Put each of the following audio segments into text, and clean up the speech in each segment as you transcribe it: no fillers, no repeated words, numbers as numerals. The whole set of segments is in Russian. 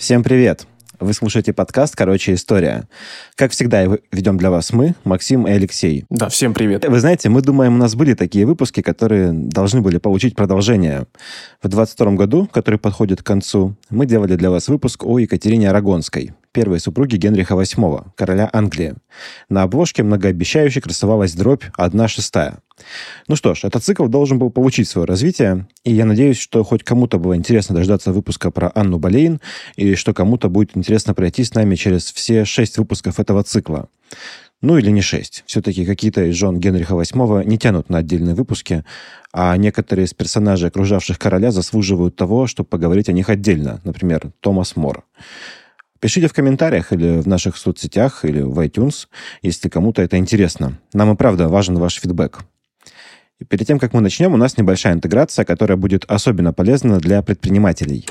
Всем привет! Вы слушаете подкаст «Короче, история». Как всегда, ведем для вас мы, Максим и Алексей. Да, всем привет. Вы знаете, мы думаем, у нас были такие выпуски, которые должны были получить продолжение. В 2022 году, который подходит к концу, мы делали для вас выпуск о Екатерине Арагонской, первой супруге Генриха VIII, короля Англии. На обложке многообещающе красовалась дробь 1/6. Ну что ж, этот цикл должен был получить свое развитие, и я надеюсь, что хоть кому-то было интересно дождаться выпуска про Анну Болейн, и что кому-то будет интересно пройти с нами через все 6 выпусков этого цикла. Ну или не 6. Все-таки какие-то из жен Генриха VIII не тянут на отдельные выпуски, а некоторые из персонажей, окружавших короля, заслуживают того, чтобы поговорить о них отдельно. Например, Томас Мор. Пишите в комментариях или в наших соцсетях, или в iTunes, если кому-то это интересно. Нам и правда важен ваш фидбэк. И перед тем, как мы начнем, у нас небольшая интеграция, которая будет особенно полезна для предпринимателей.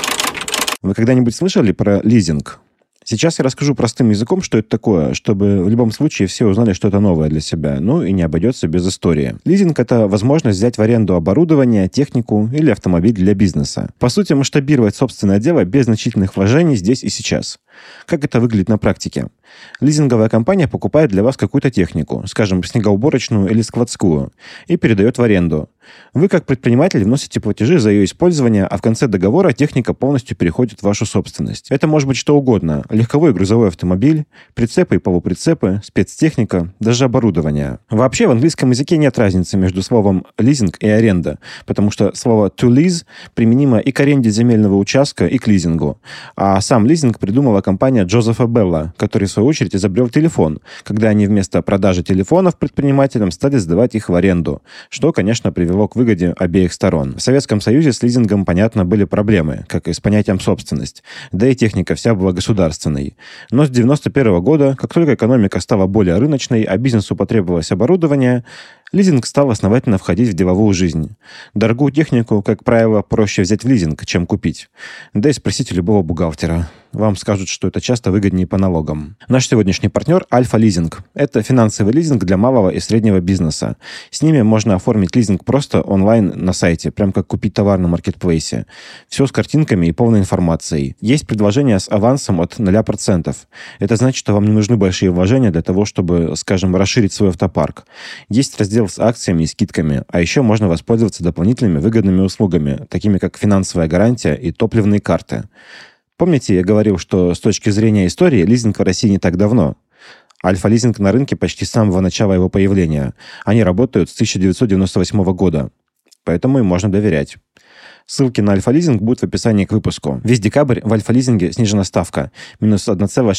Вы когда-нибудь слышали про лизинг? Сейчас я расскажу простым языком, что это такое, чтобы в любом случае все узнали что-то новое для себя, ну и не обойдется без истории. Лизинг – это возможность взять в аренду оборудование, технику или автомобиль для бизнеса. По сути, масштабировать собственное дело без значительных вложений здесь и сейчас. Как это выглядит на практике? Лизинговая компания покупает для вас какую-то технику, скажем, снегоуборочную или складскую, и передает в аренду. Вы, как предприниматель, вносите платежи за ее использование, а в конце договора техника полностью переходит в вашу собственность. Это может быть что угодно. Легковой и грузовой автомобиль, прицепы и полуприцепы, спецтехника, даже оборудование. Вообще, в английском языке нет разницы между словом «лизинг» и «аренда», потому что слово «to lease» применимо и к аренде земельного участка, и к лизингу. А сам лизинг придумала компания Джозефа Белла, который, в свою очередь, изобрел телефон, когда они вместо продажи телефонов предпринимателям стали сдавать их в аренду, что, конечно, привело к выгоде обеих сторон. В Советском Союзе с лизингом, понятно, были проблемы, как и с понятием собственность, да и техника вся была государственной. Но с 1991 года, как только экономика стала более рыночной, а бизнесу потребовалось оборудование, лизинг стал основательно входить в деловую жизнь. Дорогую технику, как правило, проще взять в лизинг, чем купить. Да и спросите любого бухгалтера. Вам скажут, что это часто выгоднее по налогам. Наш сегодняшний партнер – Альфа-лизинг. Это финансовый лизинг для малого и среднего бизнеса. С ними можно оформить лизинг просто онлайн на сайте, прям как купить товар на маркетплейсе. Все с картинками и полной информацией. Есть предложение с авансом от 0%. Это значит, что вам не нужны большие вложения для того, чтобы, скажем, расширить свой автопарк. Есть раздел с акциями и скидками, а еще можно воспользоваться дополнительными выгодными услугами, такими как финансовая гарантия и топливные карты. Помните, я говорил, что с точки зрения истории лизинг в России не так давно? Альфа-лизинг на рынке почти с самого начала его появления. Они работают с 1998 года, поэтому им можно доверять. Ссылки на Альфа-лизинг будут в описании к выпуску. Весь декабрь в Альфа-лизинге снижена ставка. Минус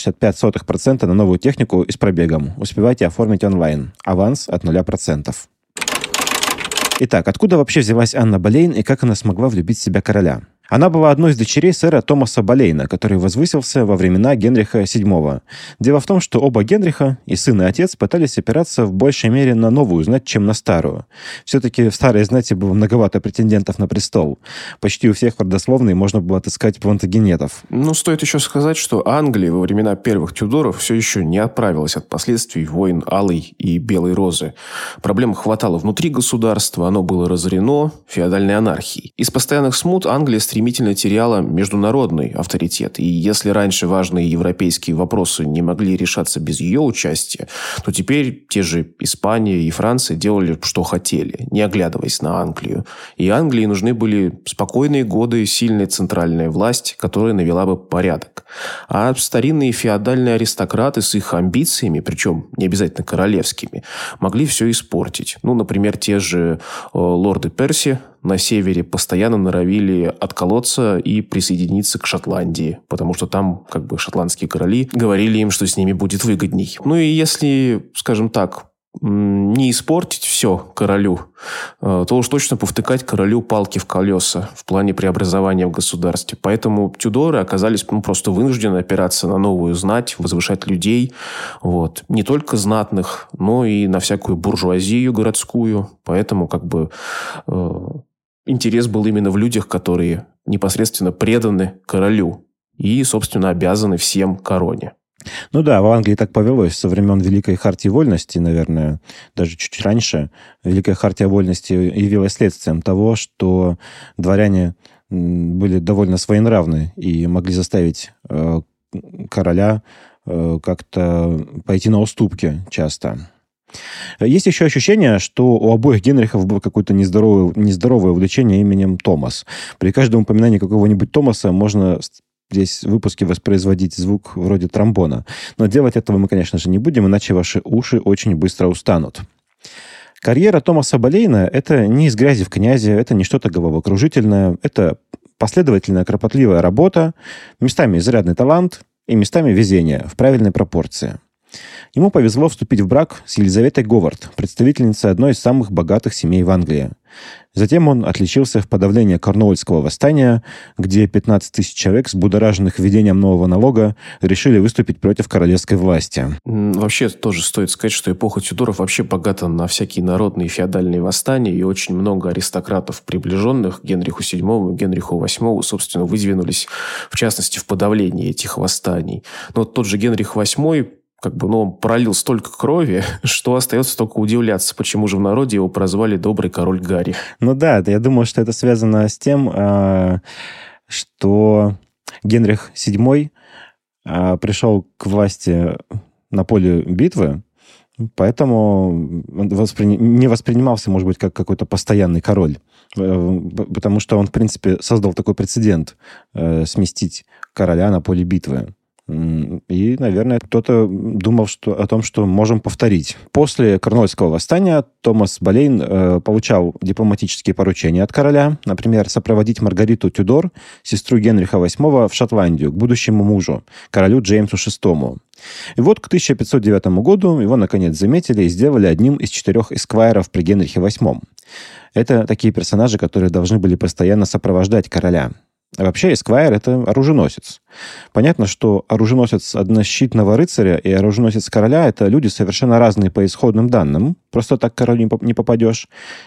1,65% на новую технику и с пробегом. Успевайте оформить онлайн. Аванс от 0%. Итак, откуда вообще взялась Анна Болейн и как она смогла влюбить в себя короля? Она была одной из дочерей сэра Томаса Болейна, который возвысился во времена Генриха VII. Дело в том, что оба Генриха, и сын, и отец, пытались опираться в большей мере на новую знать, чем на старую. Все-таки в старой знати было многовато претендентов на престол. Почти у всех в родословной можно было отыскать плантагенетов. Стоит еще сказать, что Англия во времена первых Тюдоров все еще не оправилась от последствий войн Алой и Белой Розы. Проблем хватало внутри государства, оно было разорено феодальной анархией. Из постоянных смут Англия стремительно теряла международный авторитет. И если раньше важные европейские вопросы не могли решаться без ее участия, то теперь те же Испания и Франция делали, что хотели, не оглядываясь на Англию. И Англии нужны были спокойные годы, сильная центральная власть, которая навела бы порядок. А старинные феодальные аристократы с их амбициями, причем не обязательно королевскими, могли все испортить. Например, те же лорды Перси на севере постоянно норовили отколоться и присоединиться к Шотландии, потому что там шотландские короли говорили им, что с ними будет выгодней. И если, скажем так, не испортить все королю, то уж точно повтыкать королю палки в колеса в плане преобразования в государстве. Поэтому Тюдоры оказались просто вынуждены опираться на новую знать, возвышать людей, не только знатных, но и на всякую буржуазию городскую. Поэтому интерес был именно в людях, которые непосредственно преданы королю и, собственно, обязаны всем короне. В Англии так повелось со времен Великой Хартии Вольности, наверное, даже чуть раньше. Великая Хартия Вольности явилась следствием того, что дворяне были довольно своенравны и могли заставить короля как-то пойти на уступки часто. Есть еще ощущение, что у обоих Генрихов было какое-то нездоровое увлечение именем Томас. При каждом упоминании какого-нибудь Томаса можно здесь в выпуске воспроизводить звук вроде тромбона. Но делать этого мы, конечно же, не будем, иначе ваши уши очень быстро устанут. Карьера Томаса Болейна – это не из грязи в князи, это не что-то головокружительное, это последовательная, кропотливая работа, местами изрядный талант и местами везение в правильной пропорции. Ему повезло вступить в брак с Елизаветой Говард, представительницей одной из самых богатых семей в Англии. Затем он отличился в подавлении Корнуольского восстания, где 15 тысяч человек, взбудораженных введением нового налога, решили выступить против королевской власти. Вообще тоже стоит сказать, что эпоха Тюдоров вообще богата на всякие народные феодальные восстания, и очень много аристократов, приближенных к Генриху VII и Генриху VIII, собственно, выдвинулись, в частности, в подавлении этих восстаний. Но вот тот же Генрих VIII он пролил столько крови, что остается только удивляться, почему же в народе его прозвали «Добрый король Гарри». Ну да, я думаю, что это связано с тем, что Генрих VII пришел к власти на поле битвы, поэтому он не воспринимался, может быть, как какой-то постоянный король, потому что он, в принципе, создал такой прецедент сместить короля на поле битвы. И, наверное, кто-то думал о том, что можем повторить. После Корнуольского восстания Томас Болейн получал дипломатические поручения от короля, например, сопроводить Маргариту Тюдор, сестру Генриха VIII, в Шотландию к будущему мужу, королю Джеймсу VI. И вот к 1509 году его, наконец, заметили и сделали одним из 4 эсквайров при Генрихе VIII. Это такие персонажи, которые должны были постоянно сопровождать короля. А вообще, эсквайр – это оруженосец. Понятно, что оруженосец однощитного рыцаря и оруженосец короля – это люди совершенно разные по исходным данным. Просто так к королю не попадешь.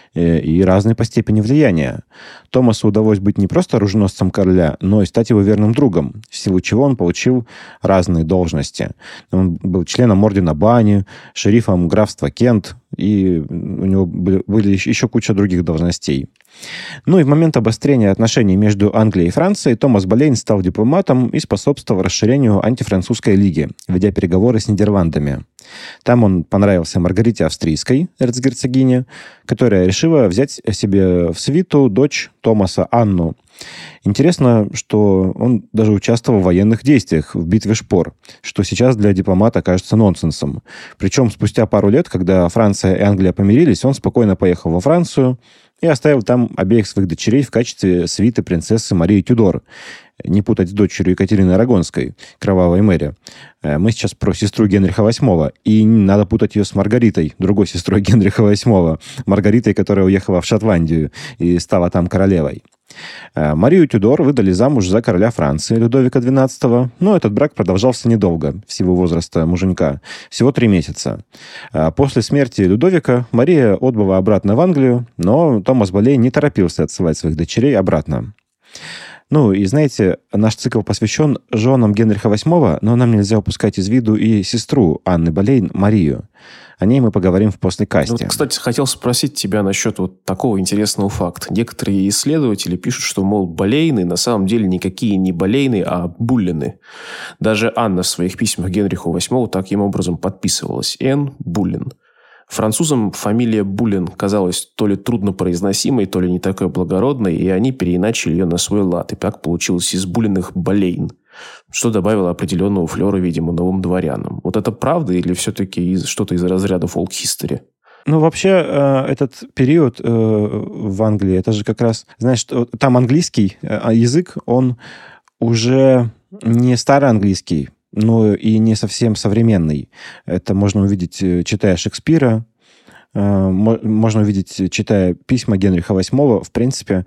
И разные по степени влияния. Томасу удалось быть не просто оруженосцем короля, но и стать его верным другом, в силу чего он получил разные должности. Он был членом ордена Бани, шерифом графства Кент, и у него были еще куча других должностей. Ну и в момент обострения отношений между Англией и Францией Томас Болейн стал дипломатом и способствовал расширению антифранцузской лиги, ведя переговоры с Нидерландами. Там он понравился Маргарите Австрийской, эрцгерцогине, которая решила взять себе в свиту дочь Томаса Анну. Интересно, что он даже участвовал в военных действиях в битве Шпор, что сейчас для дипломата кажется нонсенсом. Причем спустя пару лет, когда Франция и Англия помирились, он спокойно поехал во Францию и оставил там обеих своих дочерей в качестве свиты принцессы Марии Тюдор. Не путать с дочерью Екатерины Арагонской, кровавой Мэри. Мы сейчас про сестру Генриха VIII. И не надо путать ее с Маргаритой, другой сестрой Генриха VIII. Маргаритой, которая уехала в Шотландию и стала там королевой. Марию Тюдор выдали замуж за короля Франции Людовика XII, но этот брак продолжался недолго, в силу возраста муженька, всего 3 месяца. После смерти Людовика Мария отбыла обратно в Англию, но Томас Болейн не торопился отсылать своих дочерей обратно. Ну, и знаете, наш цикл посвящен женам Генриха VIII, но нам нельзя упускать из виду и сестру Анны Болейн, Марию. О ней мы поговорим в послекасте. Вот, кстати, хотел спросить тебя насчет вот такого интересного факта. Некоторые исследователи пишут, что, мол, Болейны на самом деле никакие не Болейны, а Буллины. Даже Анна в своих письмах Генриху VIII таким образом подписывалась. Н. Буллин. Французам фамилия Буллин казалась то ли труднопроизносимой, то ли не такой благородной, и они переиначили ее на свой лад. И так получилось из Буллиных Болейн, что добавило определенного флера, видимо, новым дворянам. Вот это правда или все-таки что-то из разряда фолк-хистори? Ну, вообще, этот период в Англии, это же как раз, знаешь, там английский язык, он уже не староанглийский, но и не совсем современный. Это можно увидеть, читая Шекспира, можно увидеть, читая письма Генриха VIII. В принципе,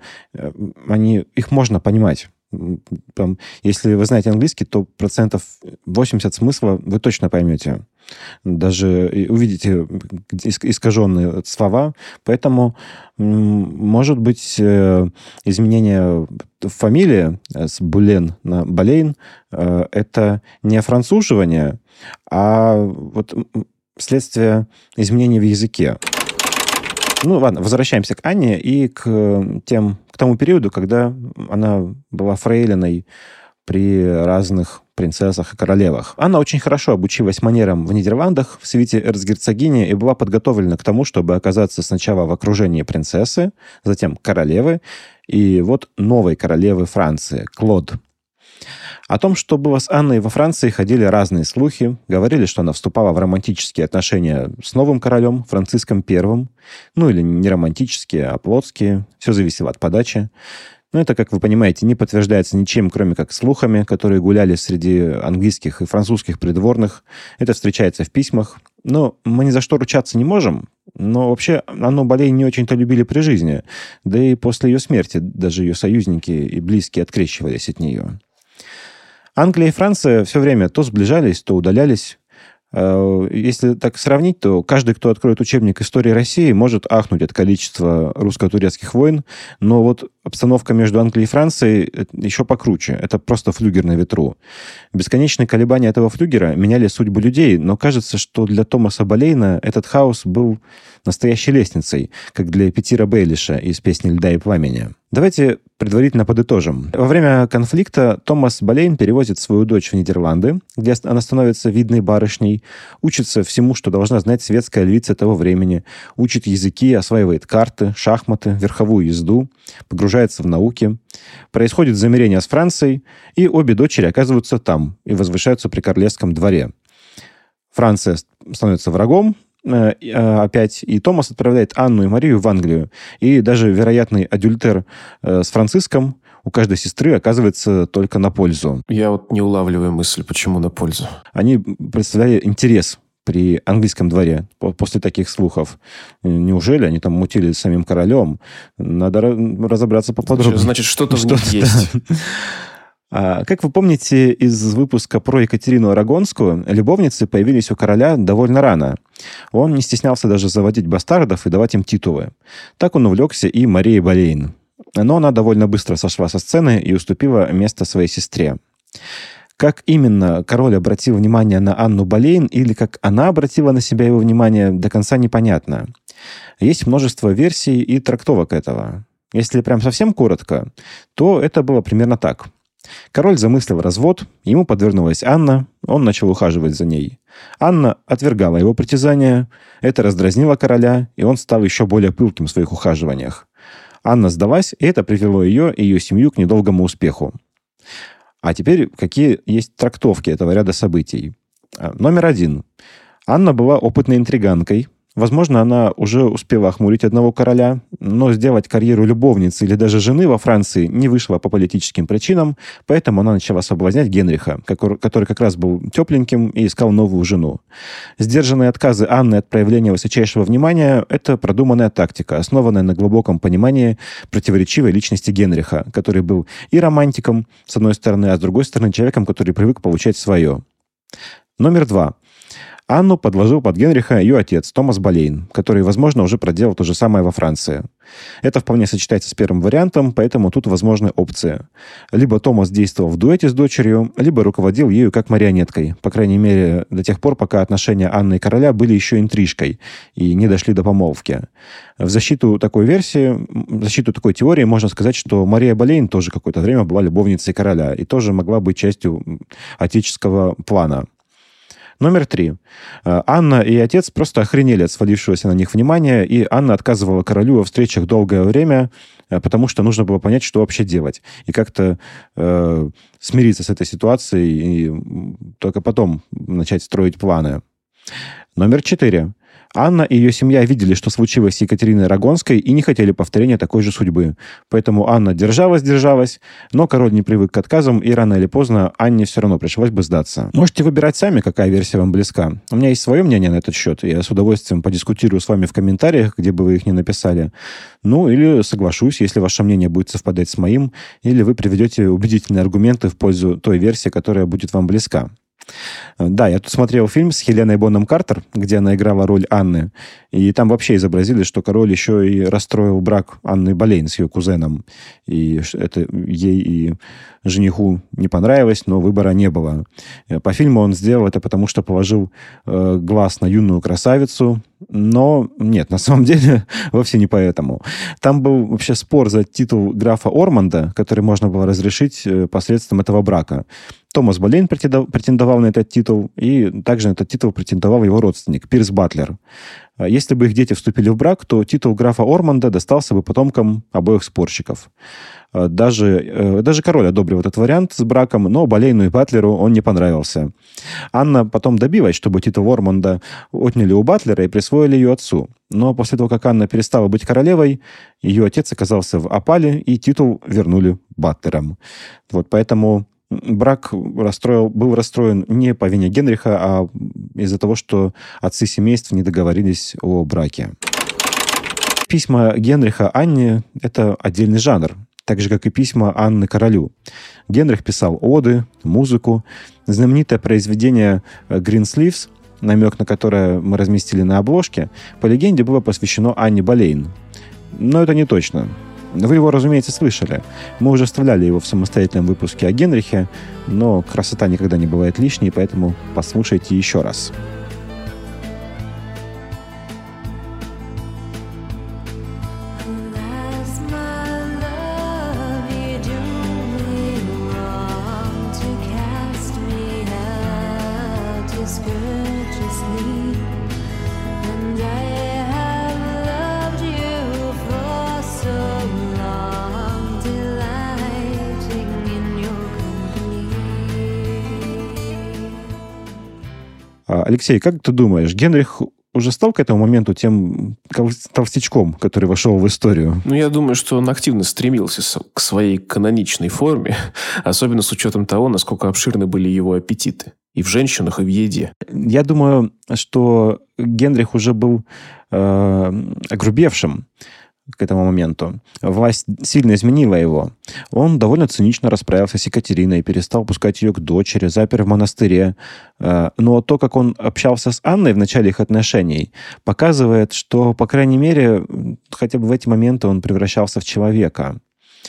их можно понимать. Там, если вы знаете английский, то 80% смысла вы точно поймете. Даже увидите искаженные слова. Поэтому, может быть, изменение фамилии с Булен на Болейн это не француживание, а вот следствие изменений в языке. Ну, ладно, возвращаемся к Анне и к тому периоду, когда она была фрейлиной при разных принцессах и королевах. Анна очень хорошо обучилась манерам в Нидерландах в свите эрцгерцогини и была подготовлена к тому, чтобы оказаться сначала в окружении принцессы, затем королевы и вот новой королевы Франции, Клод. О том, что было с Анной во Франции, ходили разные слухи. Говорили, что она вступала в романтические отношения с новым королем, Франциском I. Ну, или не романтические, а плотские. Все зависело от подачи. Но это, как вы понимаете, не подтверждается ничем, кроме как слухами, которые гуляли среди английских и французских придворных. Это встречается в письмах. Но мы ни за что ручаться не можем. Но вообще Анну Болейн не очень-то любили при жизни. Да и после ее смерти даже ее союзники и близкие открещивались от нее. Англия и Франция все время то сближались, то удалялись. Если так сравнить, то каждый, кто откроет учебник истории России, может ахнуть от количества русско-турецких войн, но вот обстановка между Англией и Францией еще покруче. Это просто флюгер на ветру. Бесконечные колебания этого флюгера меняли судьбу людей, но кажется, что для Томаса Болейна этот хаос был настоящей лестницей, как для Петира Бейлиша из «Песни льда и пламени». Давайте предварительно подытожим. Во время конфликта Томас Болейн перевозит свою дочь в Нидерланды, где она становится видной барышней, учится всему, что должна знать светская львица того времени, учит языки, осваивает карты, шахматы, верховую езду, погружается в науки. Происходит замирение с Францией, и обе дочери оказываются там и возвышаются при королевском дворе. Франция становится врагом, опять, и Томас отправляет Анну и Марию в Англию. И даже вероятный адюльтер с Франциском у каждой сестры оказывается только на пользу. Я вот не улавливаю мысль, почему на пользу. Они представляли интерес при английском дворе после таких слухов. Неужели они там мутили с самим королем? Надо разобраться поподробнее. Значит, что-то в них есть. Как вы помните из выпуска про Екатерину Арагонскую, любовницы появились у короля довольно рано. Он не стеснялся даже заводить бастардов и давать им титулы. Так он увлекся и Марией Болейн. Но она довольно быстро сошла со сцены и уступила место своей сестре. Как именно король обратил внимание на Анну Болейн или как она обратила на себя его внимание, до конца непонятно. Есть множество версий и трактовок этого. Если прям совсем коротко, то это было примерно так. Король замыслил развод, ему подвернулась Анна, он начал ухаживать за ней. Анна отвергала его притязания, это раздразнило короля, и он стал еще более пылким в своих ухаживаниях. Анна сдалась, и это привело ее и ее семью к недолгому успеху. А теперь какие есть трактовки этого ряда событий? Номер 1. Анна была опытной интриганкой. Возможно, она уже успела охмурить одного короля, но сделать карьеру любовницы или даже жены во Франции не вышло по политическим причинам, поэтому она начала соблазнять Генриха, который как раз был тепленьким и искал новую жену. Сдержанные отказы Анны от проявления высочайшего внимания – это продуманная тактика, основанная на глубоком понимании противоречивой личности Генриха, который был и романтиком, с одной стороны, а с другой стороны, человеком, который привык получать свое. Номер 2. Анну подложил под Генриха ее отец, Томас Болейн, который, возможно, уже проделал то же самое во Франции. Это вполне сочетается с первым вариантом, поэтому тут возможны опции. Либо Томас действовал в дуэте с дочерью, либо руководил ею как марионеткой, по крайней мере, до тех пор, пока отношения Анны и короля были еще интрижкой и не дошли до помолвки. В защиту такой версии, в защиту такой теории можно сказать, что Мария Болейн тоже какое-то время была любовницей короля и тоже могла быть частью отеческого плана. Номер 3. Анна и отец просто охренели от свалившегося на них внимания, и Анна отказывала королю во встречах долгое время, потому что нужно было понять, что вообще делать, и как-то смириться с этой ситуацией, и только потом начать строить планы. Номер 4. Анна и ее семья видели, что случилось с Екатериной Арагонской, и не хотели повторения такой же судьбы. Поэтому Анна держалась, но король не привык к отказам, и рано или поздно Анне все равно пришлось бы сдаться. Можете выбирать сами, какая версия вам близка. У меня есть свое мнение на этот счет, и я с удовольствием подискутирую с вами в комментариях, где бы вы их ни написали. Ну, или соглашусь, если ваше мнение будет совпадать с моим, или вы приведете убедительные аргументы в пользу той версии, которая будет вам близка. Да, я тут смотрел фильм с Хеленой Бонем Картер, где она играла роль Анны. И там вообще изобразили, что король еще и расстроил брак Анны Болейн с ее кузеном. И это ей и жениху не понравилось, но выбора не было. По фильму он сделал это потому, что положил глаз на юную красавицу. Но нет, на самом деле вовсе не поэтому. Там был вообще спор за титул графа Ормонда, который можно было разрешить посредством этого брака. Томас Болейн претендовал на этот титул, и также на этот титул претендовал его родственник Пирс Батлер. Если бы их дети вступили в брак, то титул графа Ормонда достался бы потомкам обоих спорщиков. Даже король одобрил этот вариант с браком, но Болейну и Батлеру он не понравился. Анна потом добилась, чтобы титул Ормонда отняли у Батлера и присвоили ее отцу. Но после того, как Анна перестала быть королевой, ее отец оказался в опале, и титул вернули Батлерам. Вот поэтому брак был расстроен не по вине Генриха, а из-за того, что отцы семейств не договорились о браке. Письма Генриха Анне – это отдельный жанр, так же, как и письма Анны королю. Генрих писал оды, музыку. Знаменитое произведение «Green Sleeves», намек на которое мы разместили на обложке, по легенде было посвящено Анне Болейн. Но это не точно. Вы его, разумеется, слышали. Мы уже вставляли его в самостоятельном выпуске о Генрихе, но красота никогда не бывает лишней, поэтому послушайте еще раз. Алексей, как ты думаешь, Генрих уже стал к этому моменту тем толстячком, который вошел в историю? Я думаю, что он активно стремился к своей каноничной форме, особенно с учетом того, насколько обширны были его аппетиты. И в женщинах, и в еде. Я думаю, что Генрих уже был огрубевшим к этому моменту. Власть сильно изменила его. Он довольно цинично расправился с Екатериной, перестал пускать ее к дочери, запер в монастыре. Но то, как он общался с Анной в начале их отношений, показывает, что, по крайней мере, хотя бы в эти моменты он превращался в человека.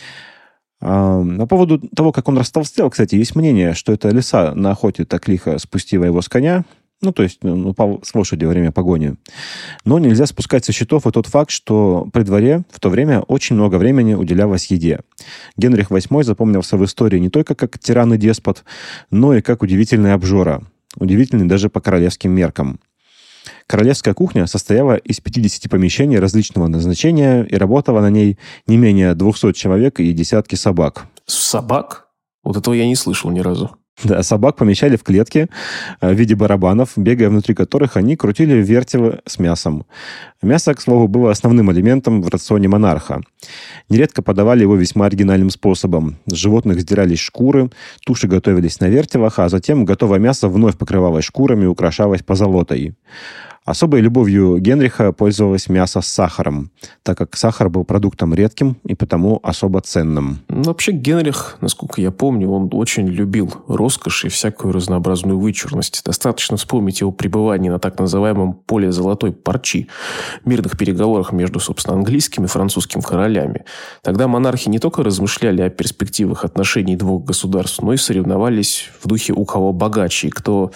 По поводу того, как он растолстел, кстати, есть мнение, что это лиса на охоте так лихо спустила его с коня. То есть он упал с лошади во время погони. Но нельзя спускать со счетов и тот факт, что при дворе в то время очень много времени уделялось еде. Генрих VIII запомнился в истории не только как тиран и деспот, но и как удивительный обжора. Удивительный даже по королевским меркам. Королевская кухня состояла из 50 помещений различного назначения, и работало на ней не менее 200 человек и десятки собак. Собак? Вот этого я не слышал ни разу. Да, собак помещали в клетки в виде барабанов, бегая внутри которых они крутили вертелы с мясом. Мясо, к слову, было основным элементом в рационе монарха. Нередко подавали его весьма оригинальным способом. С животных сдирались шкуры, туши готовились на вертелах, а затем готовое мясо вновь покрывалось шкурами и украшалось позолотой. Особой любовью Генриха пользовалось мясо с сахаром, так как сахар был продуктом редким и потому особо ценным. Вообще Генрих, насколько я помню, он очень любил роскошь и всякую разнообразную вычурность. Достаточно вспомнить его пребывание на так называемом поле золотой парчи, мирных переговорах между, собственно, английским и французским королями. Тогда монархи не только размышляли о перспективах отношений двух государств, но и соревновались в духе у кого богаче и кто...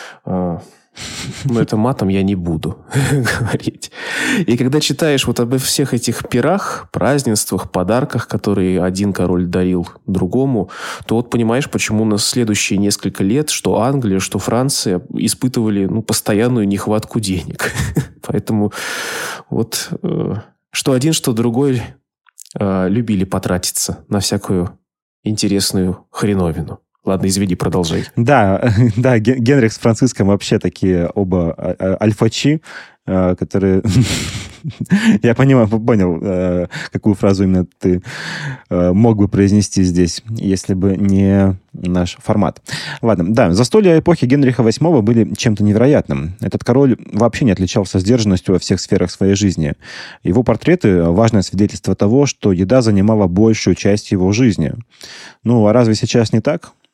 Но это матом я не буду говорить. И когда читаешь вот об всех этих пирах, празднествах, подарках, которые один король дарил другому, то вот понимаешь, почему на следующие несколько лет что Англия, что Франция испытывали постоянную нехватку денег. Поэтому вот что один, что другой любили потратиться на всякую интересную хреновину. Ладно, извини, продолжай. Да, Генрих с Франциском вообще такие оба альфачи, которые... Я понял, какую фразу именно ты мог бы произнести здесь, если бы не наш формат. Ладно, да, застолья эпохи Генриха VIII были чем-то невероятным. Этот король вообще не отличался сдержанностью во всех сферах своей жизни. Его портреты – важное свидетельство того, что еда занимала большую часть его жизни. А разве сейчас не так?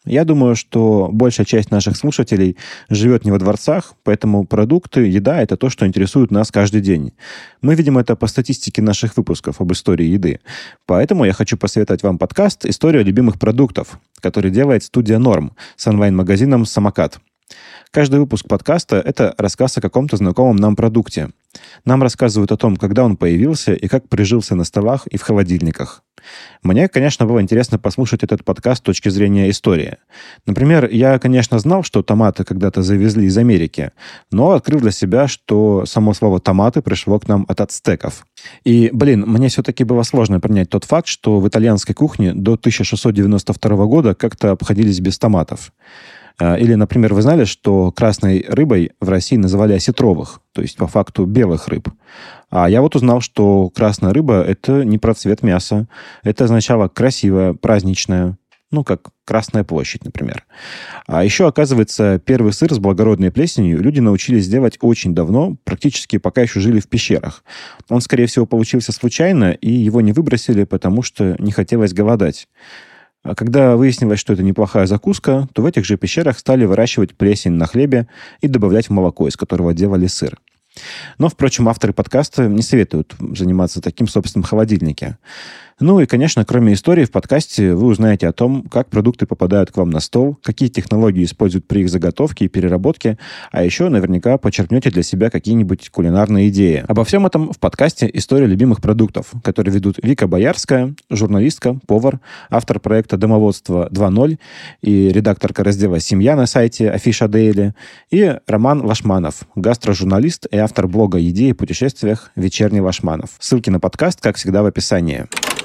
Я думаю, что большая часть наших слушателей живет не во дворцах, поэтому продукты, еда – это то, что интересует нас каждый день. Мы видим это по статистике наших выпусков об истории еды. Поэтому я хочу посоветовать вам подкаст «История любимых продуктов», который делает студия «Норм» с онлайн-магазином «Самокат». Каждый выпуск подкаста – это рассказ о каком-то знакомом нам продукте. Нам рассказывают о том, когда он появился и как прижился на столах и в холодильниках. Мне, конечно, было интересно послушать этот подкаст с точки зрения истории. Например, я, конечно, знал, что томаты когда-то завезли из Америки, но открыл для себя, что само слово «томаты» пришло к нам от ацтеков. И, мне все-таки было сложно принять тот факт, что в итальянской кухне до 1692 года как-то обходились без томатов. Или, например, вы знали, что красной рыбой в России называли осетровых, то есть по факту белых рыб. А я вот узнал, что красная рыба – это не про цвет мяса. Это означало красивая, праздничная, как Красная площадь, например. А еще, оказывается, первый сыр с благородной плесенью люди научились делать очень давно, практически пока еще жили в пещерах. Он, скорее всего, получился случайно, и его не выбросили, потому что не хотелось голодать. А когда выяснилось, что это неплохая закуска, то в этих же пещерах стали выращивать плесень на хлебе и добавлять в молоко, из которого делали сыр. Но, впрочем, авторы подкаста не советуют заниматься таким в собственном холодильнике. И, конечно, кроме истории, в подкасте вы узнаете о том, как продукты попадают к вам на стол, какие технологии используют при их заготовке и переработке, а еще наверняка почерпнете для себя какие-нибудь кулинарные идеи. Обо всем этом в подкасте «История любимых продуктов», который ведут Вика Боярская, журналистка, повар, автор проекта «Домоводство 2.0» и редакторка раздела «Семья» на сайте Афиша Дейли, и Роман Лашманов, гастрожурналист и автор блога о еде и путешествиях «Вечерний Лашманов». Ссылки на подкаст, как всегда, в описании.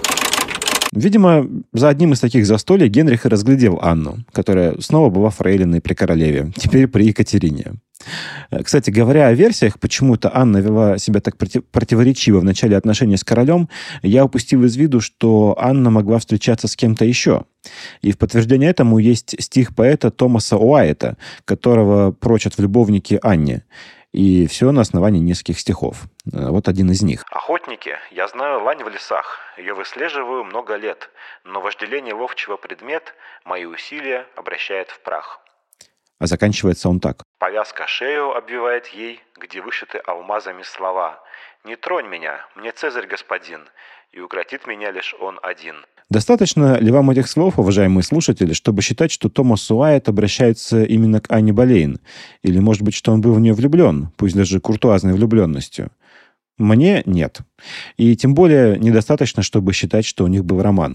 Видимо, за одним из таких застолий Генрих и разглядел Анну, которая снова была фрейлиной при королеве, теперь при Екатерине. Кстати, говоря о версиях, почему-то Анна вела себя так противоречиво в начале отношений с королем, я упустил из виду, что Анна могла встречаться с кем-то еще. И в подтверждение этому есть стих поэта Томаса Уайта, которого прочат в любовнике Анне. И все на основании нескольких стихов. Вот один из них. «Охотники, я знаю лань в лесах, ее выслеживаю много лет, но вожделение ловчего предмет мои усилия обращает в прах». А заканчивается он так. «Повязка шею обвивает ей, где вышиты алмазами слова. Не тронь меня, мне Цезарь господин, и укротит меня лишь он один». Достаточно ли вам этих слов, уважаемые слушатели, чтобы считать, что Томас Уайт обращается именно к Анне Болейн? Или, может быть, что он был в нее влюблен, пусть даже куртуазной влюбленностью? Мне нет. И тем более недостаточно, чтобы считать, что у них был роман.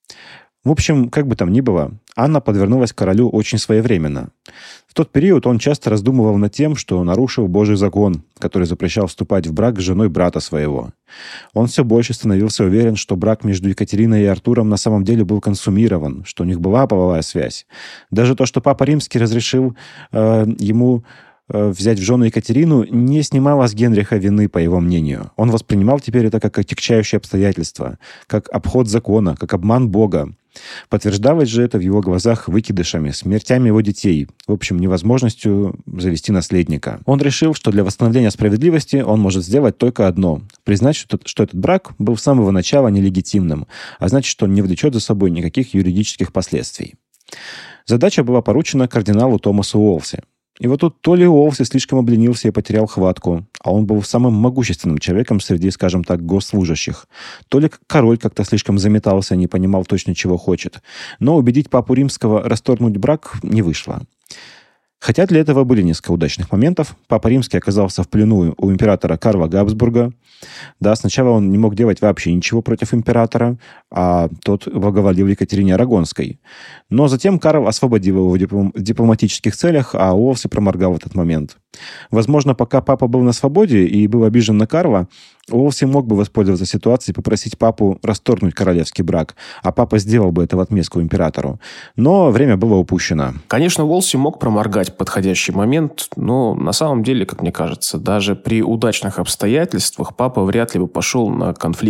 В общем, как бы там ни было, Анна подвернулась королю очень своевременно. В тот период он часто раздумывал над тем, что нарушил Божий закон, который запрещал вступать в брак с женой брата своего. Он все больше становился уверен, что брак между Екатериной и Артуром на самом деле был консумирован, что у них была половая связь. Даже то, что Папа Римский разрешил ему взять в жену Екатерину, не снимало с Генриха вины, по его мнению. Он воспринимал теперь это как отягчающее обстоятельство, как обход закона, как обман Бога. Подтверждалось же это в его глазах выкидышами, смертями его детей, в общем, невозможностью завести наследника. Он решил, что для восстановления справедливости он может сделать только одно – признать, что этот брак был с самого начала нелегитимным, а значит, что он не влечет за собой никаких юридических последствий. Задача была поручена кардиналу Томасу Уолси. И вот тут то ли Уолси слишком обленился и потерял хватку, а он был самым могущественным человеком среди, скажем так, госслужащих, то ли король как-то слишком заметался и не понимал точно, чего хочет. Но убедить Папу Римского расторгнуть брак не вышло. Хотя для этого были несколько удачных моментов. Папа Римский оказался в плену у императора Карла Габсбурга. Да, сначала он не мог делать вообще ничего против императора, а тот благоволил Екатерине Арагонской. Но затем Карл освободил его в дипломатических целях, а Уолси проморгал этот момент. Возможно, пока папа был на свободе и был обижен на Карла, Уолси мог бы воспользоваться ситуацией и попросить папу расторгнуть королевский брак, а папа сделал бы это в отместку императору. Но время было упущено. Конечно, Уолси мог проморгать подходящий момент, но на самом деле, как мне кажется, даже при удачных обстоятельствах папа вряд ли бы пошел на конфликт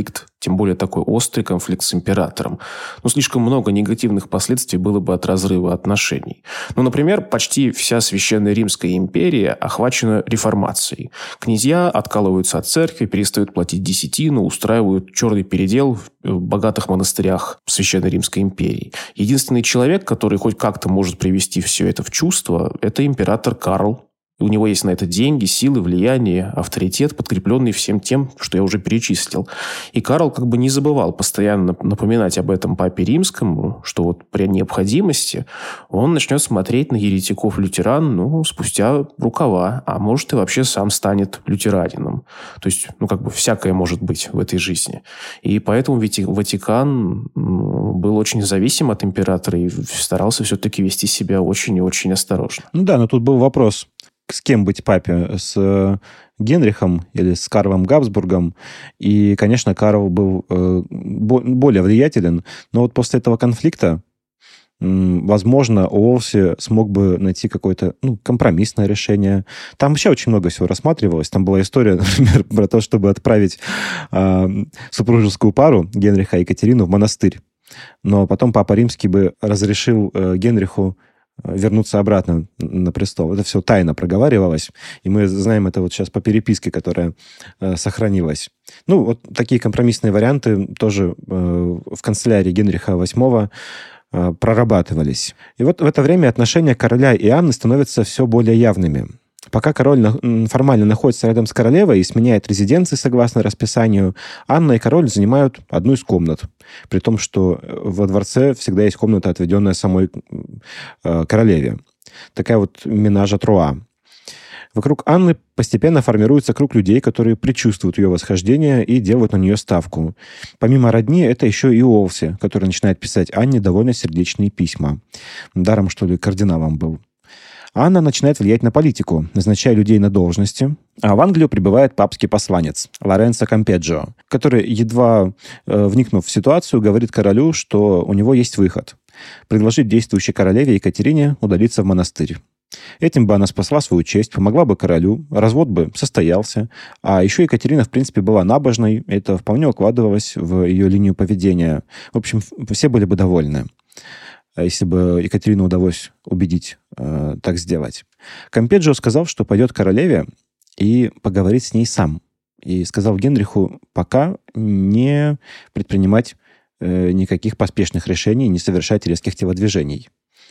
тем более такой острый конфликт с императором. Но слишком много негативных последствий было бы от разрыва отношений. Ну, например, почти вся Священная Римская империя охвачена реформацией. Князья откалываются от церкви, перестают платить десятину, устраивают черный передел в богатых монастырях Священной Римской империи. Единственный человек, который хоть как-то может привести все это в чувство, это император Карл. У него есть на это деньги, силы, влияние, авторитет, подкрепленный всем тем, что я уже перечислил. И Карл как бы не забывал постоянно напоминать об этом папе римскому, что вот при необходимости он начнет смотреть на еретиков-лютеран, спустя рукава, а может и вообще сам станет лютеранином. То есть, всякое может быть в этой жизни. И поэтому Ватикан был очень зависим от императора и старался все-таки вести себя очень и очень осторожно. Но тут был вопрос, с кем быть папе, с Генрихом или с Карлом Габсбургом. И, конечно, Карл был более влиятелен, но вот после этого конфликта, возможно, Уолси смог бы найти какое-то компромиссное решение. Там вообще очень много всего рассматривалось. Там была история, например, про то, чтобы отправить супружескую пару Генриха и Екатерину в монастырь. Но потом Папа Римский бы разрешил Генриху вернуться обратно на престол. Это все тайно проговаривалось, и мы знаем это вот сейчас по переписке, которая сохранилась. Вот такие компромиссные варианты тоже в канцелярии Генриха VIII прорабатывались. И вот в это время отношения короля и Анны становятся все более явными. Пока король формально находится рядом с королевой и сменяет резиденции согласно расписанию, Анна и король занимают одну из комнат. При том, что во дворце всегда есть комната, отведенная самой королеве. Такая вот менаж а труа. Вокруг Анны постепенно формируется круг людей, которые предчувствуют ее восхождение и делают на нее ставку. Помимо родни, это еще и Уолси, который начинает писать Анне довольно сердечные письма. Даром, что ли, кардиналом был. Анна начинает влиять на политику, назначая людей на должности. А в Англию прибывает папский посланец Лоренцо Кампеджо, который, едва вникнув в ситуацию, говорит королю, что у него есть выход. Предложить действующей королеве Екатерине удалиться в монастырь. Этим бы она спасла свою честь, помогла бы королю, развод бы состоялся. А еще Екатерина, в принципе, была набожной, это вполне укладывалось в ее линию поведения. В общем, все были бы довольны, если бы Екатерину удалось убедить так сделать. Кампеджо сказал, что пойдет к королеве и поговорит с ней сам. И сказал Генриху пока не предпринимать никаких поспешных решений, не совершать резких телодвижений.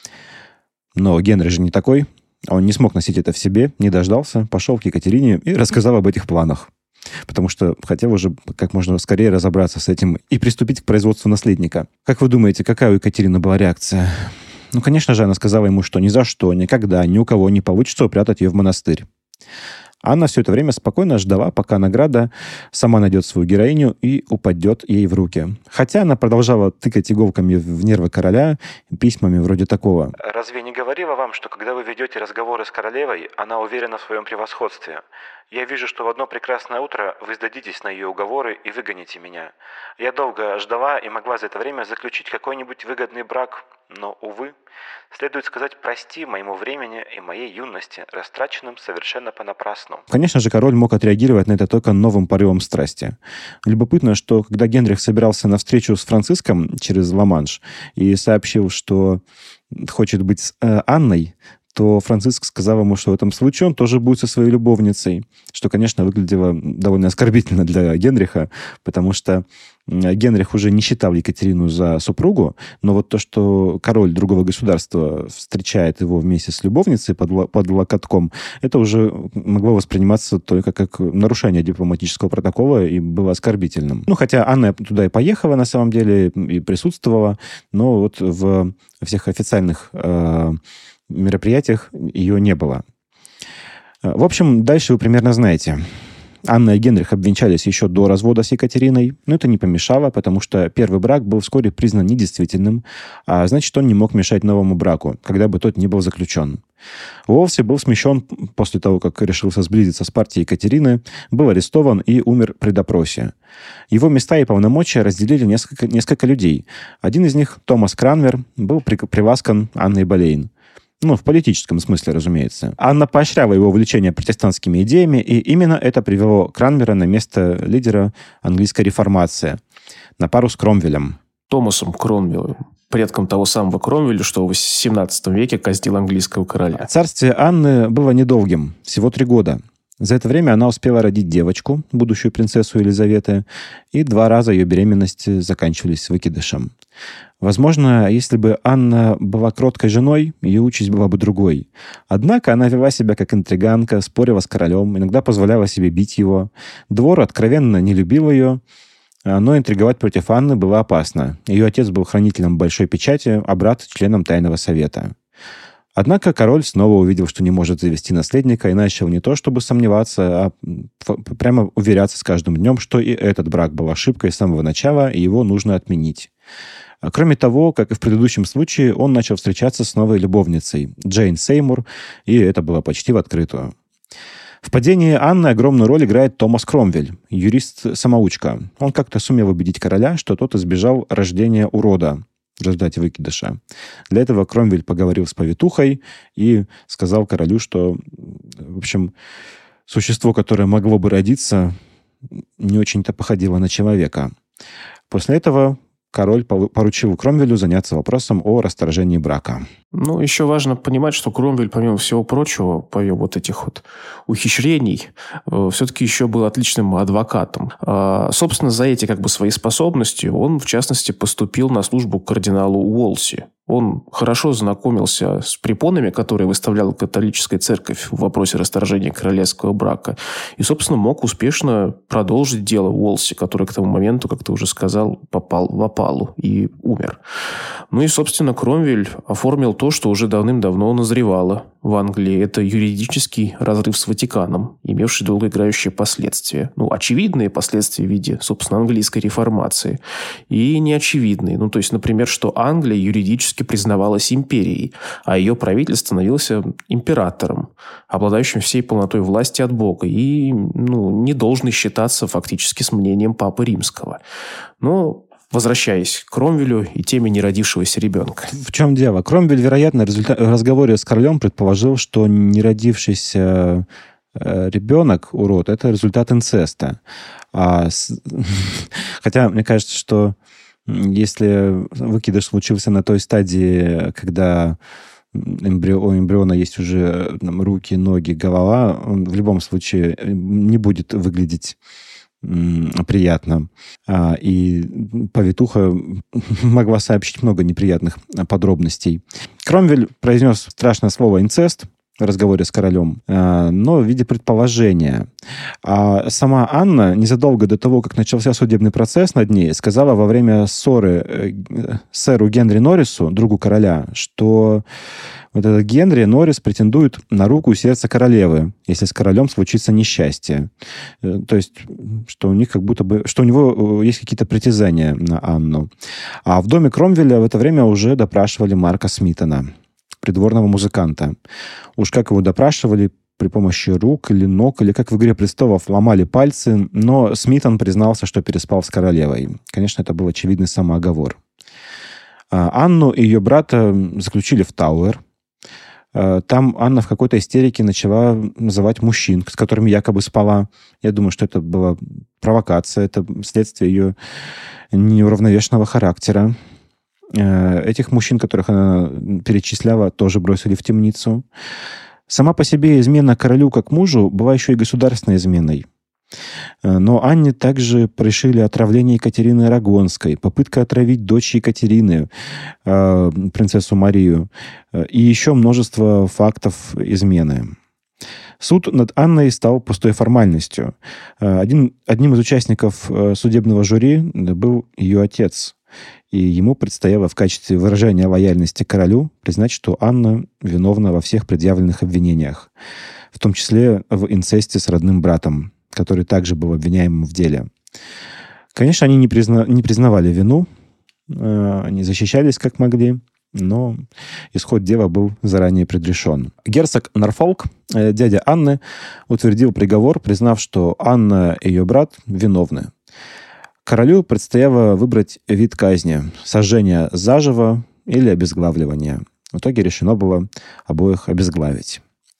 Но Генрих же не такой. Он не смог носить это в себе, не дождался, пошел к Екатерине и рассказал об этих планах. Потому что хотел уже как можно скорее разобраться с этим и приступить к производству наследника. Как вы думаете, какая у Екатерины была реакция? Конечно же, она сказала ему, что ни за что, никогда, ни у кого не получится упрятать ее в монастырь. Анна все это время спокойно ждала, пока награда сама найдет свою героиню и упадет ей в руки. Хотя она продолжала тыкать иголками в нервы короля письмами вроде такого. «Разве не говорила вам, что когда вы ведете разговоры с королевой, она уверена в своем превосходстве? Я вижу, что в одно прекрасное утро вы сдадитесь на ее уговоры и выгоните меня. Я долго ждала и могла за это время заключить какой-нибудь выгодный брак, но, увы, следует сказать прости моему времени и моей юности, растраченным совершенно понапрасну». Конечно же, король мог отреагировать на это только новым порывом страсти. Любопытно, что когда Генрих собирался на встречу с Франциском через Ла-Манш и сообщил, что хочет быть с Анной, то Франциск сказал ему, что в этом случае он тоже будет со своей любовницей, что, конечно, выглядело довольно оскорбительно для Генриха, потому что Генрих уже не считал Екатерину за супругу, но вот то, что король другого государства встречает его вместе с любовницей под локотком, это уже могло восприниматься только как нарушение дипломатического протокола и было оскорбительным. Хотя Анна туда и поехала, на самом деле, и присутствовала, но вот в всех официальных мероприятиях ее не было. В общем, дальше вы примерно знаете. Анна и Генрих обвенчались еще до развода с Екатериной, но это не помешало, потому что первый брак был вскоре признан недействительным, а значит, он не мог мешать новому браку, когда бы тот ни был заключен. Уолси был смещен после того, как решился сблизиться с партией Екатерины, был арестован и умер при допросе. Его места и полномочия разделили несколько людей. Один из них, Томас Кранмер, был приласкан Анной Болейн. В политическом смысле, разумеется. Анна поощряла его увлечение протестантскими идеями, и именно это привело Кранмера на место лидера английской реформации. на пару с Кромвелем. Томасом Кромвелем, предком того самого Кромвеля, что в XVII веке казнил английского короля. Царствие Анны было недолгим, всего 3 года. За это время она успела родить девочку, будущую принцессу Елизаветы, и 2 раза ее беременности заканчивались выкидышем. Возможно, если бы Анна была кроткой женой, ее участь была бы другой. Однако она вела себя как интриганка, спорила с королем, иногда позволяла себе бить его. Двор откровенно не любил ее, но интриговать против Анны было опасно. Ее отец был хранителем Большой Печати, а брат — членом Тайного Совета. Однако король снова увидел, что не может завести наследника, и начал не то чтобы сомневаться, а прямо уверяться с каждым днем, что и этот брак был ошибкой с самого начала, и его нужно отменить. Кроме того, как и в предыдущем случае, он начал встречаться с новой любовницей, Джейн Сеймур, и это было почти в открытую. В падении Анны огромную роль играет Томас Кромвель, юрист-самоучка. Он как-то сумел убедить короля, что тот избежал рождения урода в результате выкидыша. Для этого Кромвель поговорил с повитухой и сказал королю, что, в общем, существо, которое могло бы родиться, не очень-то походило на человека. После этого король поручил Кромвелю заняться вопросом о расторжении брака. Ну, еще важно понимать, что Кромвель, помимо всего прочего, помимо вот этих вот ухищрений, все-таки еще был отличным адвокатом. Собственно, за эти свои способности он, в частности, поступил на службу к кардиналу Уолси. Он хорошо знакомился с препонами, которые выставляла католическая церковь в вопросе расторжения королевского брака. И, собственно, мог успешно продолжить дело Уолси, который к тому моменту, как ты уже сказал, попал в опалу и умер. Ну и, собственно, Кромвель оформил то, что уже давным-давно назревало в Англии. Это юридический разрыв с Ватиканом, имевший долгоиграющие последствия. Очевидные последствия в виде, собственно, английской реформации. И неочевидные. То есть, например, что Англия юридически признавалась империей, а ее правитель становился императором, обладающим всей полнотой власти от Бога и не должен считаться фактически с мнением Папы Римского. Но возвращаясь к Кромвелю и теме неродившегося ребенка. В чем дело? Кромвель, вероятно, в разговоре с королем предположил, что неродившийся ребенок, урод, это результат инцеста. Хотя, мне кажется, что если выкидыш случился на той стадии, когда у эмбриона есть уже руки, ноги, голова, он в любом случае не будет выглядеть приятно. И повитуха могла сообщить много неприятных подробностей. Кромвель произнес страшное слово «инцест» в разговоре с королем, но в виде предположения. А сама Анна незадолго до того, как начался судебный процесс над ней, сказала во время ссоры сэру Генри Норрису, другу короля, что вот этот Генри Норрис претендует на руку и сердце королевы, если с королем случится несчастье. То есть, что у них что у него есть какие-то притязания на Анну. А в доме Кромвеля в это время уже допрашивали Марка Смитона, придворного музыканта. Уж как его допрашивали, при помощи рук или ног, или как в «Игре престолов» ломали пальцы, но Смитон признался, что переспал с королевой. Конечно, это был очевидный самооговор. Анну и ее брата заключили в Тауэр. Там Анна в какой-то истерике начала называть мужчин, с которыми якобы спала. Я думаю, что это была провокация, это следствие ее неуравновешенного характера. Этих мужчин, которых она перечисляла, тоже бросили в темницу. Сама по себе измена королю как мужу была еще и государственной изменой. Но Анне также пришили отравление Екатерины Арагонской, попытка отравить дочь Екатерины, принцессу Марию, и еще множество фактов измены. Суд над Анной стал пустой формальностью. Одним из участников судебного жюри был ее отец. И ему предстояло в качестве выражения лояльности королю признать, что Анна виновна во всех предъявленных обвинениях, в том числе в инцесте с родным братом, который также был обвиняемым в деле. Конечно, они не признавали вину, они защищались как могли, но исход дела был заранее предрешен. Герцог Норфолк, дядя Анны, утвердил приговор, признав, что Анна и ее брат виновны. Королю предстояло выбрать вид казни – сожжение заживо или обезглавливание. В итоге решено было обоих обезглавить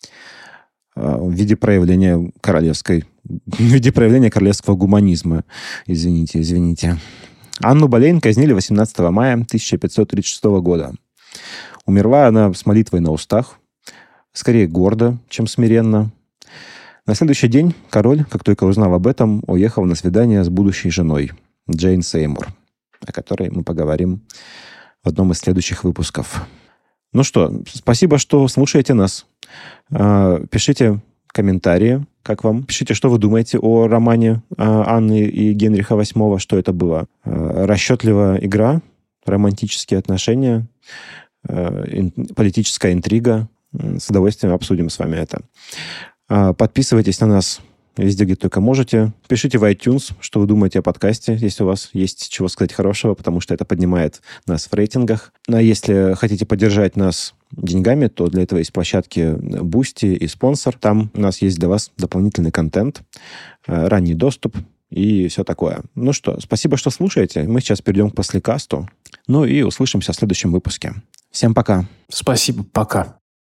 в виде проявления королевского гуманизма. Извините. Анну Болейн казнили 18 мая 1536 года. Умерла она с молитвой на устах, скорее гордо, чем смиренно. На следующий день король, как только узнал об этом, уехал на свидание с будущей женой, Джейн Сеймур, о которой мы поговорим в одном из следующих выпусков. Ну что, спасибо, что слушаете нас. Пишите комментарии, как вам. Пишите, что вы думаете о романе Анны и Генриха VIII, что это было. Расчетливая игра, романтические отношения, политическая интрига. С удовольствием обсудим с вами это. Подписывайтесь на нас везде, где только можете. Пишите в iTunes, что вы думаете о подкасте, если у вас есть чего сказать хорошего, потому что это поднимает нас в рейтингах. А если хотите поддержать нас деньгами, то для этого есть площадки Boosty и спонсор. Там у нас есть для вас дополнительный контент, ранний доступ и все такое. Ну что, спасибо, что слушаете. Мы сейчас перейдем к послекасту. Ну и услышимся в следующем выпуске. Всем пока. Спасибо, пока.